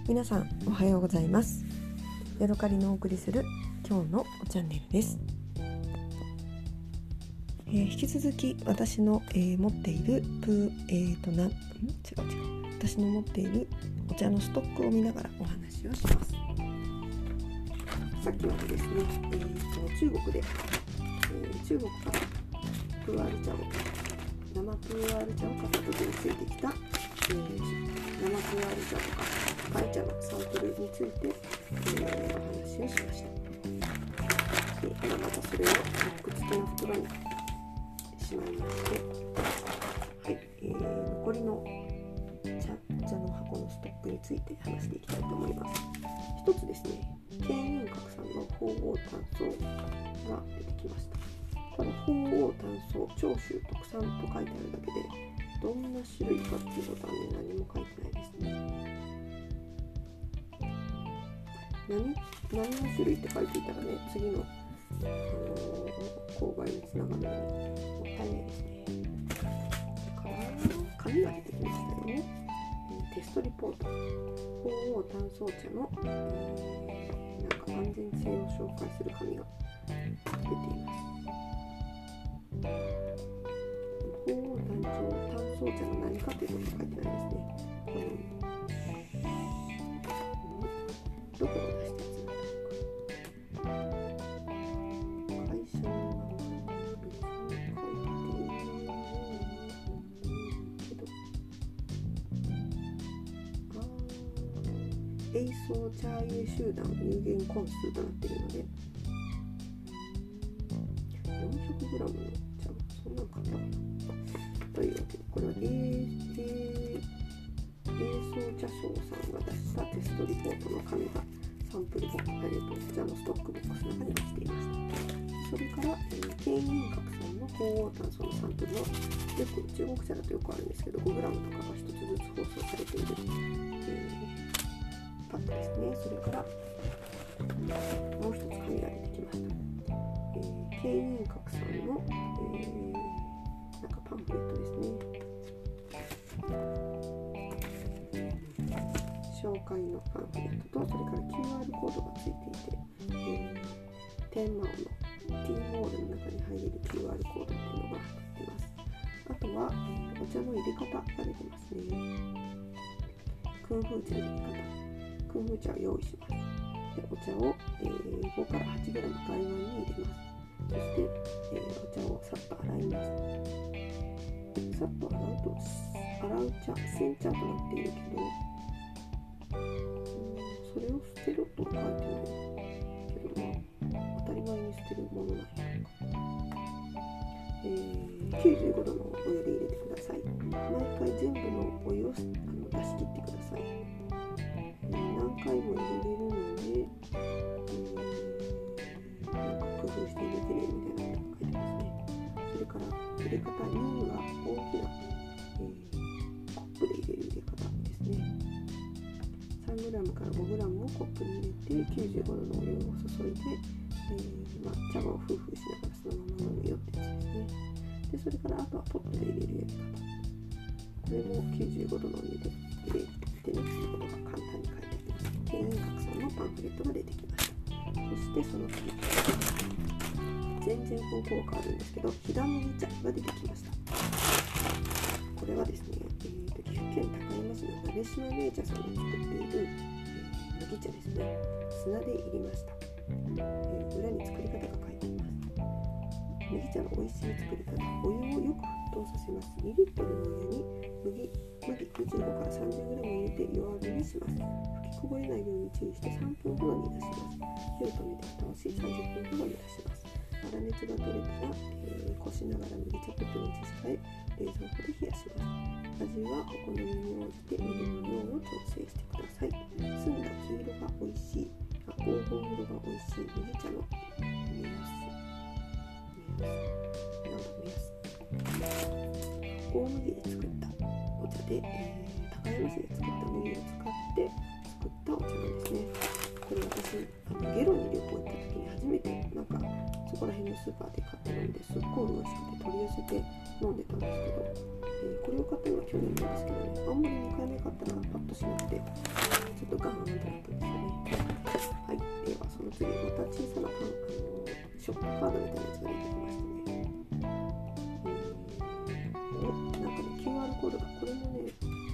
皆さんおはようございます。ヤドカリのお送りする今日のチャンネルです。引き続き私の、持っている私の持っているお茶のストックを見ながらお話をします。さっきまでですね、中国で、中国からプーアール茶を生プーアール茶を買った時についてきた、生プーアール茶とか赤い茶のサンプルについて、お話をしました。で、またそれをロック付きの袋にしまいまして、はい、残りの茶の箱のストックについて話していきたいと思います。一つですね、ケンユンカクさんの鳳凰炭素が出てきました。ただ鳳凰炭素長州特産と書いてあるだけで、どんな種類かっていうことはね、何も書いてないですね。何の種類って書いていたらね、次の、購買につながるのにもったいないですね。だから紙が出てきましたよね。テストリポート、鳳凰炭素茶の、安全性を紹介する紙が出ています。鳳凰炭素茶の何かということは書いてないですね。どこが出したやつなんだろうか。会社の名前別に書いていないけど、エイソーチャーイエ集団有限根数となっているので、400g の茶、そんなの買ったかなというわけで、これはソー茶商さんが出したテストリポートの紙がサンプルボックス、茶のストックボックスの中に落ちていました。それから、ケンユンカクさんの鳳凰炭素のサンプルは、よく中国茶だとよくあるんですけど、5g とかが1つずつ包装されている、パックですね。それからもう一つ紙が出てきました。ケンユンカクさんの、パンフレットですね。紹介のパンフレットと、それから QR コードがついていて、天満の T モールの中に入れる QR コードっていうのが入ってます。あとは、お茶の入れ方が出てますね。クンフー茶の入れ方。クンフー茶を用意します。で、お茶を、5から 8g 台湾に入れます。そして、お茶をさっと洗います。さっと洗う茶、煎茶となっているけど、それを捨てろと書いてないけど、当たり前に捨てるものなんや95度のお湯で入れてください。毎回全部のお湯を出し切ってください。何回も入れれるので、工夫して入れてねみたいなのが書いてますね。それから入れ方2は大きな、コップで入れる入れ方ですね。3g から 5g をコップに入れて95度のお湯を注いで、茶葉をフーフーしながらそのまま飲むよってやつですね。で、それからあとはポットで入れるやり方。これも95度のお湯で入れてねっていうことが簡単に書いてあります。ケンユンカクさんのパンフレットが出てきました。そしてその次、全然方向が変わるんですけど、飛騨麦茶が出てきました。これはですね、岐阜県高山市の鍋島銘茶さんで作っている、麦茶ですね。砂で入れました。裏に作り方が書いています。麦茶の美味しい作り方。お湯をよく沸騰させます。2リットルのお湯に麦25から 30g 入れて弱火にします。吹きこぼれないように注意して3分ほど煮出します。火を止めて蓋をし30分ほど煮出します。粗熱が取れたら、こしながら麦茶ポットに移し替え、冷蔵庫で冷やします。味はお好みに応じて麦の量を調整してください。澄んだ黄色が美味しい、黄金色が美味しい麦茶の目安。大麦で作ったお茶で、高山市で作った麦を使って作ったお茶なんですね。これ私ゲロに旅行行った時に初めてそこら辺のスーパーで買って飲んで、すっごい美味しくて取り寄せて飲んでたんですけど、これを買ったのは去年なんですけどね、あんまり2回目買ったらパッとしなくて、 ちょっとガーンとなったんですよね。はい、ではその次また小さなショップカードみたいなやつが出てきましたね。なんかね QR コードがこれもね、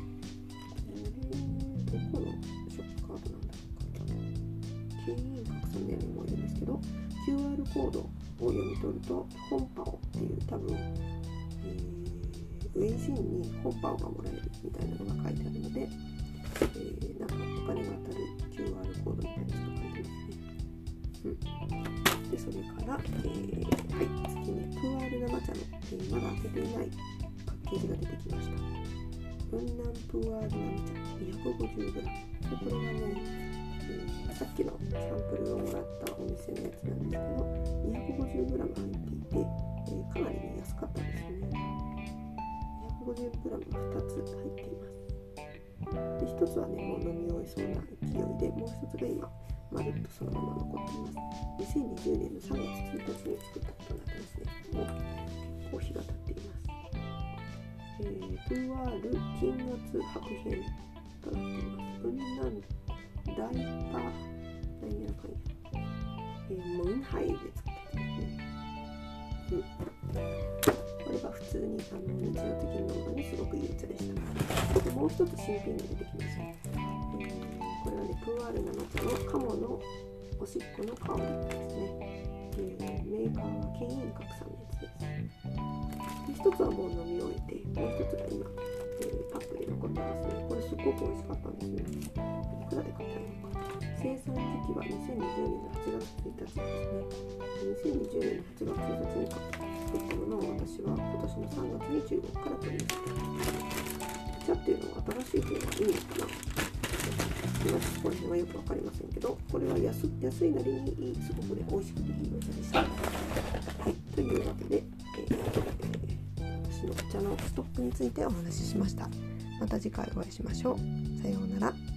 どこのショップカードなんだろうか。経員拡散年齢もいるんですけど、 QR コードを読み取ると本パオっていう多分、ウェイジンに本パオがもらえるみたいなのが書いてあるので、なんかお金が当たる QR コードみたいなやつが書いてますね。でそれから、はい、次ね、プーアール生茶の、まだ開けていないパッケージが出てきました。雲南プーアール生茶 250g。 でこれがね、さっきのサンプルをもらったお店のやつなんですけど 250g 入っていて、かなり、ね、安かったですね。 250g が2つ入っています。で1つはねもう飲み終えそうな勢いで、もう1つが今まるっとそのまま残っています。2020年の3月1日に作ったことになってますね。もう結構日が経っています。プーアール金圧白編となっています。雲南大パ何やらかんや、ムンハイで作ったんですね。これが普通に日常的に飲むのにすごくいいお茶でした。でもう一つ新品が出てきました。これはね、プーアール生茶のカモのおしっこの香りですね。メーカーはケイン拡散のやつです。で一つはもう飲み終えて、もう一つが今、パックで残ってますね。これすごく美味しかったんですよ。いくらで買ったのか。生産時期は2020年の8月1日ですね。2020年の8月1日に作ったものを私は今年の3月に中国から取り寄せた。茶っていうのは新しい方がいいのかな。この辺はよくわかりませんけど、これは安いなりにすごくね美味しくていいお茶でした。はい、というわけで、私のお茶のストックについてお話ししました。また次回お会いしましょう。さようなら。